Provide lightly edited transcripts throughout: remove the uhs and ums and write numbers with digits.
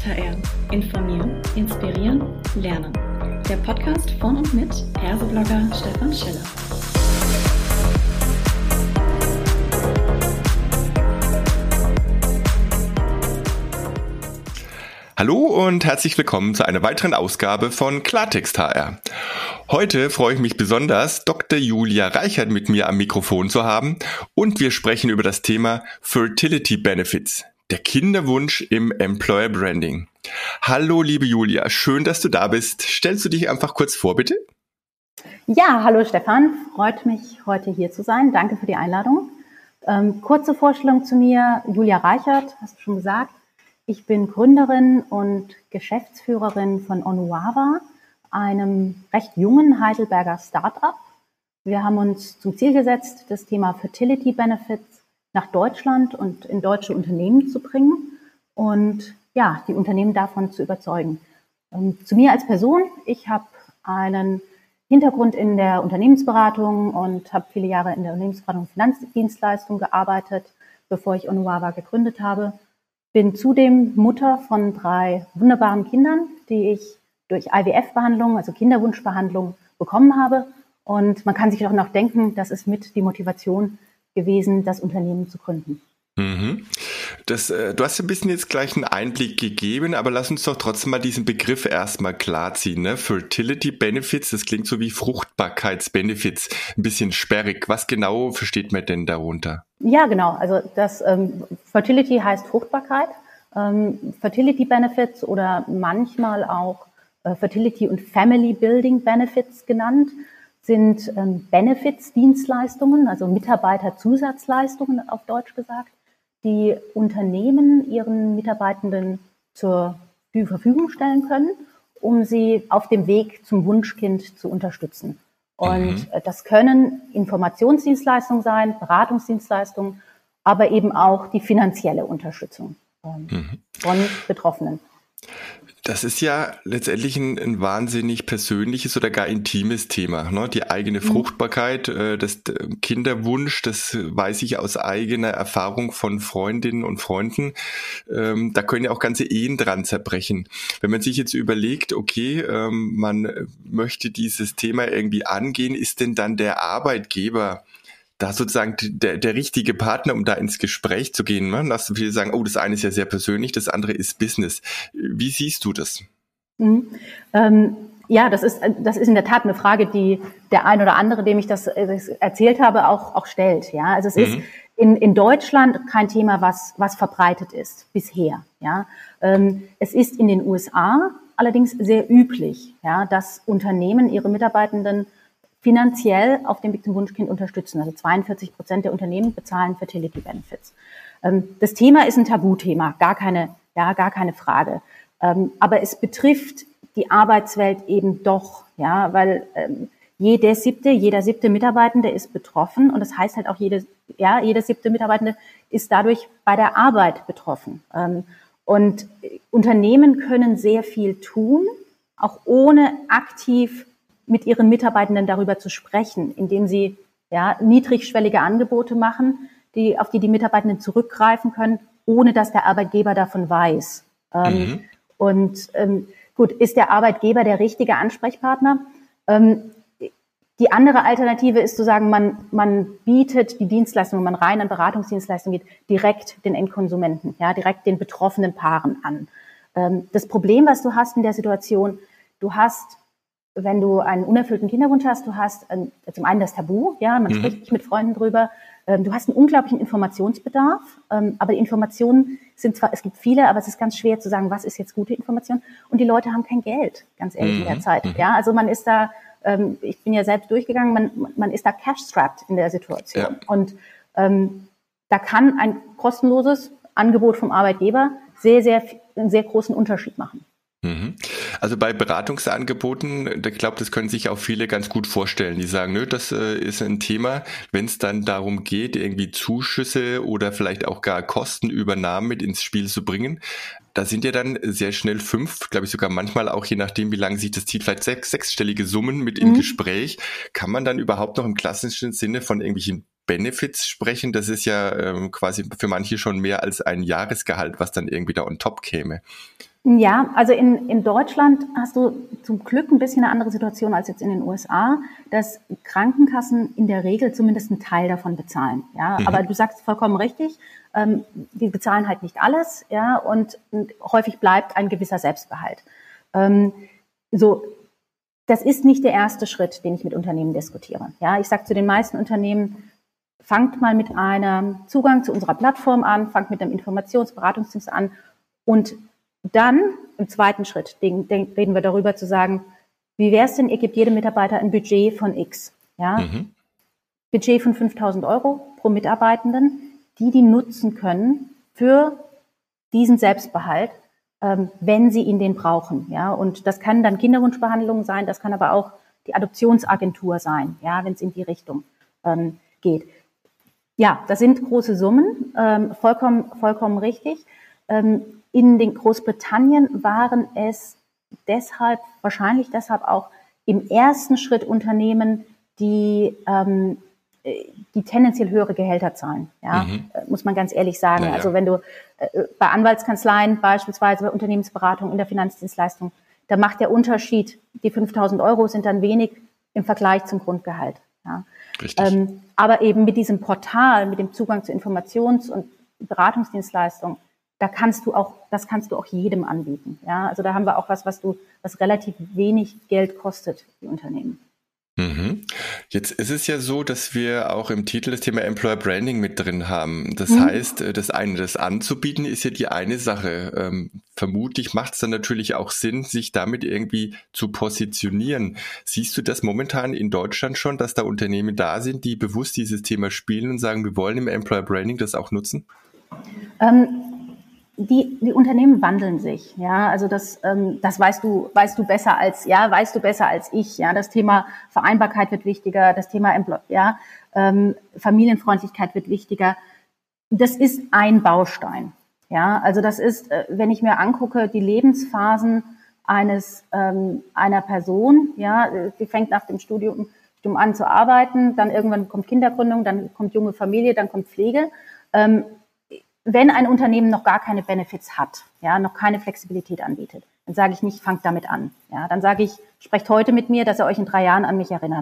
Klartext HR. Informieren, inspirieren, lernen. Der Podcast von und mit Herseblogger Stefan Schiller. Hallo und herzlich willkommen zu einer weiteren Ausgabe von Klartext HR. Heute freue ich mich besonders, Dr. Julia Reichert mit mir am Mikrofon zu haben und wir sprechen über das Thema Fertility Benefits, der Kinderwunsch im Employer Branding. Hallo liebe Julia, schön, dass du da bist. Stellst du dich einfach kurz vor, bitte? Ja, hallo Stefan, freut mich heute hier zu sein. Danke für die Einladung. Kurze Vorstellung zu mir, Julia Reichert, hast du schon gesagt. Ich bin Gründerin und Geschäftsführerin von Onuava, einem recht jungen Heidelberger Start-up. Wir haben uns zum Ziel gesetzt, das Thema Fertility Benefits nach Deutschland und in deutsche Unternehmen zu bringen und ja, die Unternehmen davon zu überzeugen. Zu mir als Person, ich habe einen Hintergrund in der Unternehmensberatung und habe viele Jahre in der Unternehmensberatung und Finanzdienstleistung gearbeitet, bevor ich Onuava gegründet habe. Bin zudem Mutter von 3 wunderbaren Kindern, die ich durch IVF-Behandlung, also Kinderwunschbehandlung, bekommen habe. Und man kann sich auch noch denken, das ist mit die Motivation gewesen, das Unternehmen zu gründen. Du hast ein bisschen jetzt gleich einen Einblick gegeben, aber lass uns doch trotzdem mal diesen Begriff erstmal klarziehen. Ne? Fertility Benefits, das klingt so wie Fruchtbarkeitsbenefits, ein bisschen sperrig. Was genau versteht man denn darunter? Ja, genau. Also das Fertility heißt Fruchtbarkeit. Fertility Benefits oder manchmal auch Fertility und Family Building Benefits genannt, sind Benefits-Dienstleistungen, also Mitarbeiterzusatzleistungen auf Deutsch gesagt, die Unternehmen ihren Mitarbeitenden zur Verfügung stellen können, um sie auf dem Weg zum Wunschkind zu unterstützen. Und das können Informationsdienstleistungen sein, Beratungsdienstleistungen, aber eben auch die finanzielle Unterstützung von Betroffenen. Das ist ja letztendlich ein wahnsinnig persönliches oder gar intimes Thema, ne? Die eigene Fruchtbarkeit, das Kinderwunsch, das weiß ich aus eigener Erfahrung von Freundinnen und Freunden. Da können ja auch ganze Ehen dran zerbrechen. Wenn man sich jetzt überlegt, okay, man möchte dieses Thema irgendwie angehen, ist denn dann der Arbeitgeber da sozusagen der richtige Partner, um da ins Gespräch zu gehen? Ne? Lass viele sagen, oh, das eine ist ja sehr persönlich, das andere ist Business. Wie siehst du das? Ja, das ist in der Tat eine Frage, die der ein oder andere, dem ich das erzählt habe, auch stellt. Ja, also es ist in Deutschland kein Thema, was verbreitet ist bisher. Ja, es ist in den USA allerdings sehr üblich, ja, dass Unternehmen ihre Mitarbeitenden finanziell auf dem Weg zum Wunschkind unterstützen. Also 42% der Unternehmen bezahlen Fertility Benefits. Das Thema ist ein Tabuthema, gar keine Frage. Aber es betrifft die Arbeitswelt eben doch, ja, weil jeder siebte Mitarbeitende ist betroffen und das heißt halt auch jeder 7. Mitarbeitende ist dadurch bei der Arbeit betroffen. Und Unternehmen können sehr viel tun, auch ohne aktiv mit ihren Mitarbeitenden darüber zu sprechen, indem sie niedrigschwellige Angebote machen, auf die Mitarbeitenden zurückgreifen können, ohne dass der Arbeitgeber davon weiß. Gut, ist der Arbeitgeber der richtige Ansprechpartner? Die andere Alternative ist zu sagen, man bietet die Dienstleistung, wenn man rein an Beratungsdienstleistungen geht, direkt den Endkonsumenten, ja, direkt den betroffenen Paaren an. Das Problem, was du hast in der Situation, wenn du einen unerfüllten Kinderwunsch hast, du hast zum einen das Tabu, ja, man spricht nicht mit Freunden drüber, du hast einen unglaublichen Informationsbedarf, aber die Informationen sind zwar, es gibt viele, aber es ist ganz schwer zu sagen, was ist jetzt gute Information, und die Leute haben kein Geld, ganz ehrlich, in der Zeit, ja, also man ist da, ich bin ja selbst durchgegangen, man ist da cash-strapped in der Situation, und da kann ein kostenloses Angebot vom Arbeitgeber einen sehr großen Unterschied machen. Also bei Beratungsangeboten, ich glaube, das können sich auch viele ganz gut vorstellen. Die sagen, nö, das ist ein Thema, wenn es dann darum geht, irgendwie Zuschüsse oder vielleicht auch gar Kostenübernahmen mit ins Spiel zu bringen. Da sind ja dann sehr schnell 5, glaube ich sogar manchmal auch, je nachdem, wie lange sich das zieht, vielleicht sechsstellige Summen mit im Gespräch. Kann man dann überhaupt noch im klassischen Sinne von irgendwelchen Benefits sprechen, das ist ja quasi für manche schon mehr als ein Jahresgehalt, was dann irgendwie da on top käme. Ja, also in Deutschland hast du zum Glück ein bisschen eine andere Situation als jetzt in den USA, dass Krankenkassen in der Regel zumindest einen Teil davon bezahlen. Ja, aber du sagst vollkommen richtig, die bezahlen halt nicht alles, ja, und häufig bleibt ein gewisser Selbstbehalt. Das ist nicht der erste Schritt, den ich mit Unternehmen diskutiere. Ja, ich sage zu den meisten Unternehmen, fangt mal mit einem Zugang zu unserer Plattform an, fangt mit einem Informationsberatungsdienst an und dann im zweiten Schritt reden wir darüber zu sagen, wie wäre es denn, ihr gebt jedem Mitarbeiter ein Budget von X. Ja? Budget von 5.000 € pro Mitarbeitenden, die nutzen können für diesen Selbstbehalt, wenn sie ihn den brauchen. Ja? Und das kann dann Kinderwunschbehandlung sein, das kann aber auch die Adoptionsagentur sein, ja, wenn es in die Richtung geht. Ja, das sind große Summen, vollkommen richtig. In den Großbritannien waren es wahrscheinlich deshalb auch im ersten Schritt Unternehmen, die tendenziell höhere Gehälter zahlen. Ja, muss man ganz ehrlich sagen. Ja. Also wenn du bei Anwaltskanzleien beispielsweise, bei Unternehmensberatung in der Finanzdienstleistung, da macht der Unterschied, die 5.000 € sind dann wenig im Vergleich zum Grundgehalt. Ja. Richtig. Aber eben mit diesem Portal, mit dem Zugang zu Informations- und Beratungsdienstleistungen, das kannst du auch jedem anbieten. Ja, also da haben wir auch was relativ wenig Geld kostet, die Unternehmen. Jetzt ist es ja so, dass wir auch im Titel das Thema Employer Branding mit drin haben. Das heißt, das anzubieten, ist ja die eine Sache. Vermutlich macht es dann natürlich auch Sinn, sich damit irgendwie zu positionieren. Siehst du das momentan in Deutschland schon, dass da Unternehmen da sind, die bewusst dieses Thema spielen und sagen, wir wollen im Employer Branding das auch nutzen? Die Unternehmen wandeln sich, ja, also das weißt du besser als ich, ja, das Thema Vereinbarkeit wird wichtiger, das Thema Familienfreundlichkeit wird wichtiger. Das ist ein Baustein, ja, also das ist, wenn ich mir angucke, die Lebensphasen einer Person, ja, die fängt nach dem Studium an zu arbeiten, dann irgendwann kommt Kindergründung, dann kommt junge Familie, dann kommt Pflege. Wenn ein Unternehmen noch gar keine Benefits hat, ja, noch keine Flexibilität anbietet, dann sage ich nicht, fangt damit an. Ja, dann sage ich, sprecht heute mit mir, dass ihr euch in 3 Jahren an mich erinnert.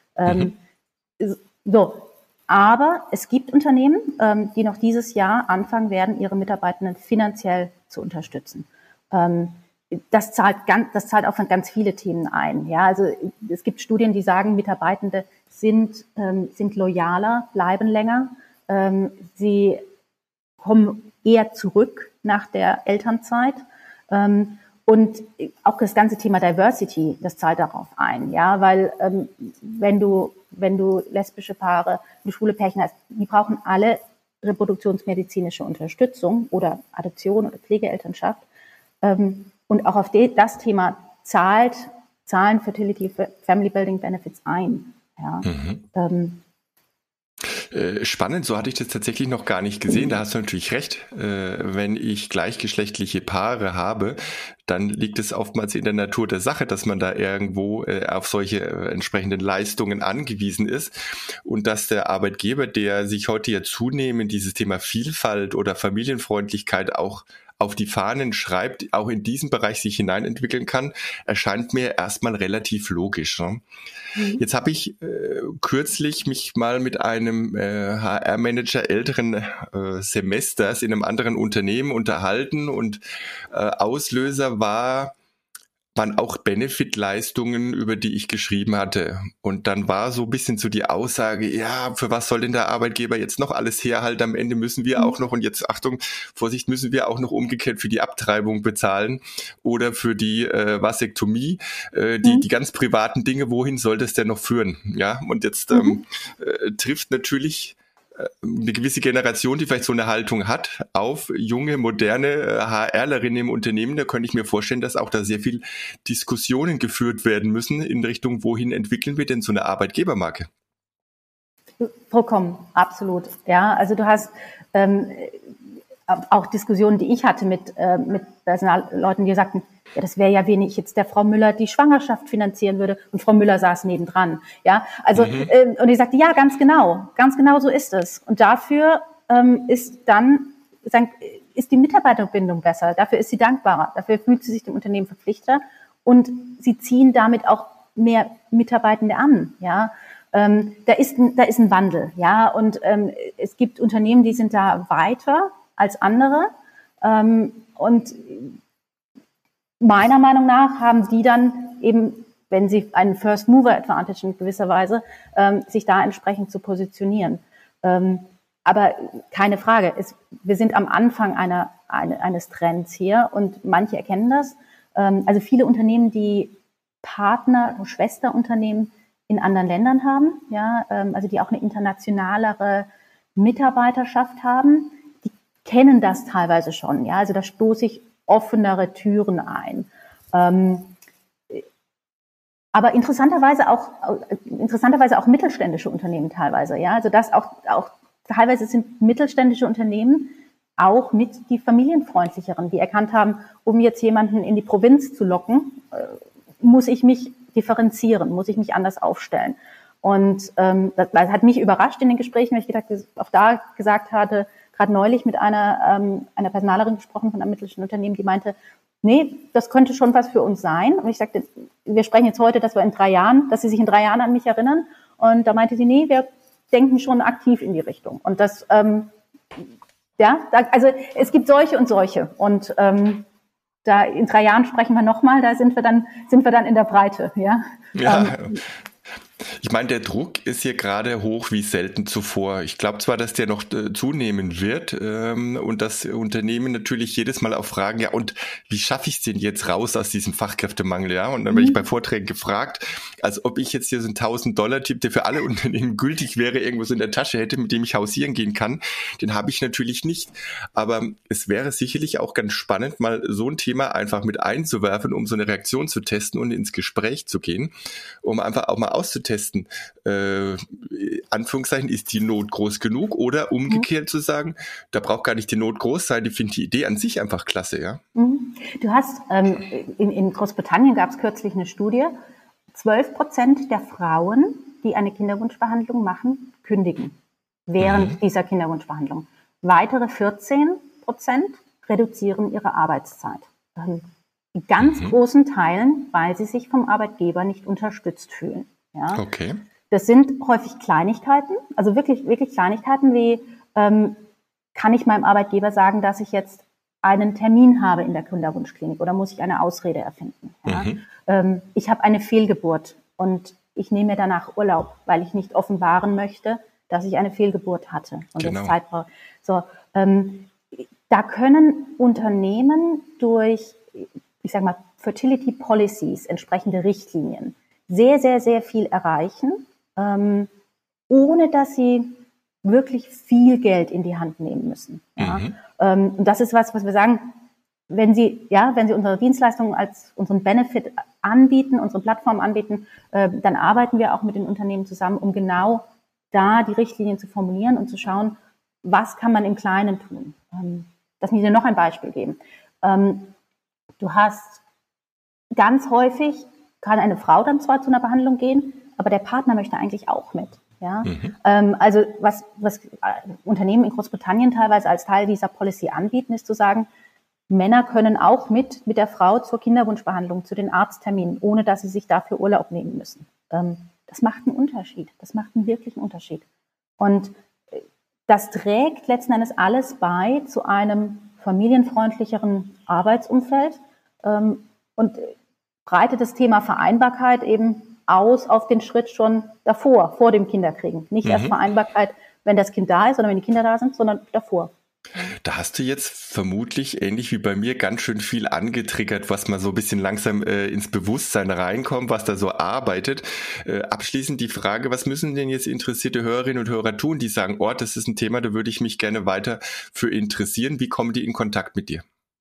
Aber es gibt Unternehmen, die noch dieses Jahr anfangen werden, ihre Mitarbeitenden finanziell zu unterstützen. Das zahlt auf ganz viele Themen ein. Ja, also es gibt Studien, die sagen, Mitarbeitende sind loyaler, bleiben länger, sie kommen eher zurück nach der Elternzeit. Und auch das ganze Thema Diversity, das zahlt darauf ein. Ja, weil wenn du lesbische Paare, eine schwule Pärchen hast, die brauchen alle reproduktionsmedizinische Unterstützung oder Adoption oder Pflegeelternschaft. Und auch auf das Thema zahlen Fertility Family Building Benefits ein. Ja. Spannend, so hatte ich das tatsächlich noch gar nicht gesehen. Da hast du natürlich recht. Wenn ich gleichgeschlechtliche Paare habe, dann liegt es oftmals in der Natur der Sache, dass man da irgendwo auf solche entsprechenden Leistungen angewiesen ist und dass der Arbeitgeber, der sich heute ja zunehmend dieses Thema Vielfalt oder Familienfreundlichkeit auch auf die Fahnen schreibt, auch in diesem Bereich sich hineinentwickeln kann, erscheint mir erstmal relativ logisch. Ne? Jetzt habe ich kürzlich mich mal mit einem HR-Manager älteren Semesters in einem anderen Unternehmen unterhalten und Auslöser waren auch Benefit-Leistungen, über die ich geschrieben hatte. Und dann war so ein bisschen so die Aussage, ja, für was soll denn der Arbeitgeber jetzt noch alles herhalten? Am Ende müssen wir auch noch, und jetzt Achtung, Vorsicht, müssen wir auch noch umgekehrt für die Abtreibung bezahlen oder für die Vasektomie, die ganz privaten Dinge, wohin soll das denn noch führen? Ja, und jetzt trifft natürlich eine gewisse Generation, die vielleicht so eine Haltung hat, auf junge, moderne HRlerinnen im Unternehmen. Da könnte ich mir vorstellen, dass auch da sehr viel Diskussionen geführt werden müssen in Richtung, wohin entwickeln wir denn so eine Arbeitgebermarke? Vollkommen, absolut. Ja, also du hast auch Diskussionen, die ich hatte mit Personalleuten, die sagten, ja, das wäre ja, wenn ich jetzt der Frau Müller die Schwangerschaft finanzieren würde und Frau Müller saß nebendran. Ja, also und ich sagte, ja, ganz genau so ist es. Und dafür ist die Mitarbeiterbindung besser, dafür ist sie dankbarer, dafür fühlt sie sich dem Unternehmen verpflichtet und sie ziehen damit auch mehr Mitarbeitende an. Ja, da ist ein Wandel. Ja, und es gibt Unternehmen, die sind da weiter als andere. Und meiner Meinung nach haben die dann eben, wenn sie einen First Mover Advantage in gewisser Weise, sich da entsprechend zu positionieren. Aber keine Frage, wir sind am Anfang eines Trends hier und manche erkennen das. Also viele Unternehmen, die Partner- und Schwesterunternehmen in anderen Ländern haben, ja, also die auch eine internationalere Mitarbeiterschaft haben, die kennen das teilweise schon, ja, also da stoße ich offenere Türen ein. Aber interessanterweise auch mittelständische Unternehmen teilweise, ja, also das auch teilweise sind mittelständische Unternehmen auch mit die familienfreundlicheren, die erkannt haben, um jetzt jemanden in die Provinz zu locken, muss ich mich differenzieren, muss ich mich anders aufstellen. Und das hat mich überrascht in den Gesprächen, weil ich auch da gesagt hatte, gerade neulich mit einer Personalerin gesprochen von einem mittelständischen Unternehmen, die meinte, nee, das könnte schon was für uns sein. Und ich sagte, wir sprechen jetzt heute, dass sie sich in 3 Jahren an mich erinnern. Und da meinte sie, nee, wir denken schon aktiv in die Richtung. Und das, also es gibt solche und solche. Und da in 3 Jahren sprechen wir nochmal, da sind wir dann in der Breite, ja. Ich meine, der Druck ist hier gerade hoch wie selten zuvor. Ich glaube zwar, dass der noch zunehmen wird und dass Unternehmen natürlich jedes Mal auch fragen, ja, und wie schaffe ich es denn jetzt raus aus diesem Fachkräftemangel? Ja, und dann werde ich bei Vorträgen gefragt, als ob ich jetzt hier so einen $1.000-Tipp, der für alle Unternehmen gültig wäre, irgendwo so in der Tasche hätte, mit dem ich hausieren gehen kann. Den habe ich natürlich nicht. Aber es wäre sicherlich auch ganz spannend, mal so ein Thema einfach mit einzuwerfen, um so eine Reaktion zu testen und ins Gespräch zu gehen, um einfach auch mal auszutesten, Anführungszeichen, ist die Not groß genug oder umgekehrt zu sagen, da braucht gar nicht die Not groß sein, ich finde die Idee an sich einfach klasse, ja. Du hast, in Großbritannien gab es kürzlich eine Studie, 12% der Frauen, die eine Kinderwunschbehandlung machen, kündigen während dieser Kinderwunschbehandlung. Weitere 14% reduzieren ihre Arbeitszeit. In ganz großen Teilen, weil sie sich vom Arbeitgeber nicht unterstützt fühlen. Ja. Okay. Das sind häufig Kleinigkeiten, also wirklich, wirklich Kleinigkeiten wie, kann ich meinem Arbeitgeber sagen, dass ich jetzt einen Termin habe in der Kinderwunschklinik oder muss ich eine Ausrede erfinden? Ja. Ich habe eine Fehlgeburt und ich nehme mir danach Urlaub, weil ich nicht offenbaren möchte, dass ich eine Fehlgeburt hatte und das Zeit brauche. So, da können Unternehmen durch, ich sage mal, Fertility Policies, entsprechende Richtlinien, sehr, sehr, sehr viel erreichen, ohne dass sie wirklich viel Geld in die Hand nehmen müssen. Ja? Und das ist was wir sagen, wenn Sie unsere Dienstleistungen als unseren Benefit anbieten, unsere Plattform anbieten, dann arbeiten wir auch mit den Unternehmen zusammen, um genau da die Richtlinien zu formulieren und zu schauen, was kann man im Kleinen tun. Lass mich dir noch ein Beispiel geben. Du hast ganz häufig, kann eine Frau dann zwar zu einer Behandlung gehen, aber der Partner möchte eigentlich auch mit. Ja? Also was Unternehmen in Großbritannien teilweise als Teil dieser Policy anbieten, ist zu sagen, Männer können auch mit der Frau zur Kinderwunschbehandlung, zu den Arztterminen, ohne dass sie sich dafür Urlaub nehmen müssen. Das macht einen Unterschied. Das macht einen wirklichen Unterschied. Und das trägt letzten Endes alles bei zu einem familienfreundlicheren Arbeitsumfeld und breitet das Thema Vereinbarkeit eben aus auf den Schritt schon davor, vor dem Kinderkriegen. Nicht erst Vereinbarkeit, wenn das Kind da ist oder wenn die Kinder da sind, sondern davor. Da hast du jetzt vermutlich, ähnlich wie bei mir, ganz schön viel angetriggert, was mal so ein bisschen langsam ins Bewusstsein reinkommt, was da so arbeitet. Abschließend die Frage, was müssen denn jetzt interessierte Hörerinnen und Hörer tun, die sagen, oh, das ist ein Thema, da würde ich mich gerne weiter für interessieren. Wie kommen die in Kontakt mit dir?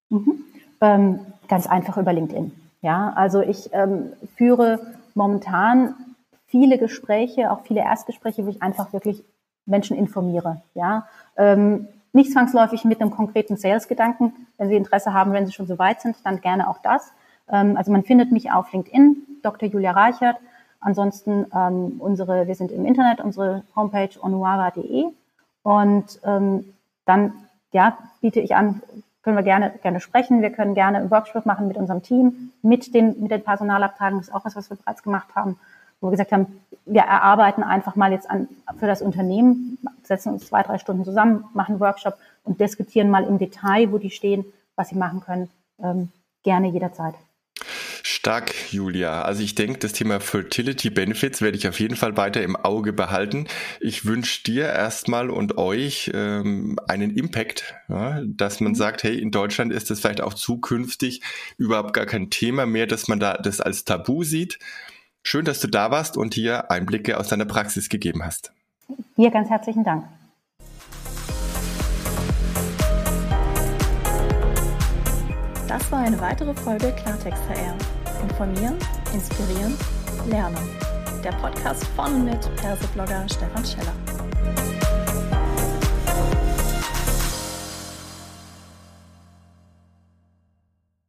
Ganz einfach über LinkedIn. Ja, also ich führe momentan viele Gespräche, auch viele Erstgespräche, wo ich einfach wirklich Menschen informiere. Ja, nicht zwangsläufig mit einem konkreten Sales-Gedanken. Wenn Sie Interesse haben, wenn Sie schon so weit sind, dann gerne auch das. Also man findet mich auf LinkedIn, Dr. Julia Reichert. Ansonsten wir sind im Internet, unsere Homepage onuara.de. Und dann biete ich an, können wir gerne sprechen. Wir können gerne einen Workshop machen mit unserem Team, mit den Personalabteilungen. Das ist auch was wir bereits gemacht haben, wo wir gesagt haben, wir erarbeiten einfach mal jetzt für das Unternehmen, setzen uns 2-3 Stunden zusammen, machen einen Workshop und diskutieren mal im Detail, wo die stehen, was sie machen können. Gerne jederzeit. Stark, Julia. Also ich denke, das Thema Fertility Benefits werde ich auf jeden Fall weiter im Auge behalten. Ich wünsche dir erstmal und euch einen Impact, ja, dass man sagt, hey, in Deutschland ist das vielleicht auch zukünftig überhaupt gar kein Thema mehr, dass man da das als Tabu sieht. Schön, dass du da warst und hier Einblicke aus deiner Praxis gegeben hast. Dir ganz herzlichen Dank. Das war eine weitere Folge Klartext HR. Informieren, inspirieren, lernen. Der Podcast von und mit Perso-Blogger Stefan Scheller.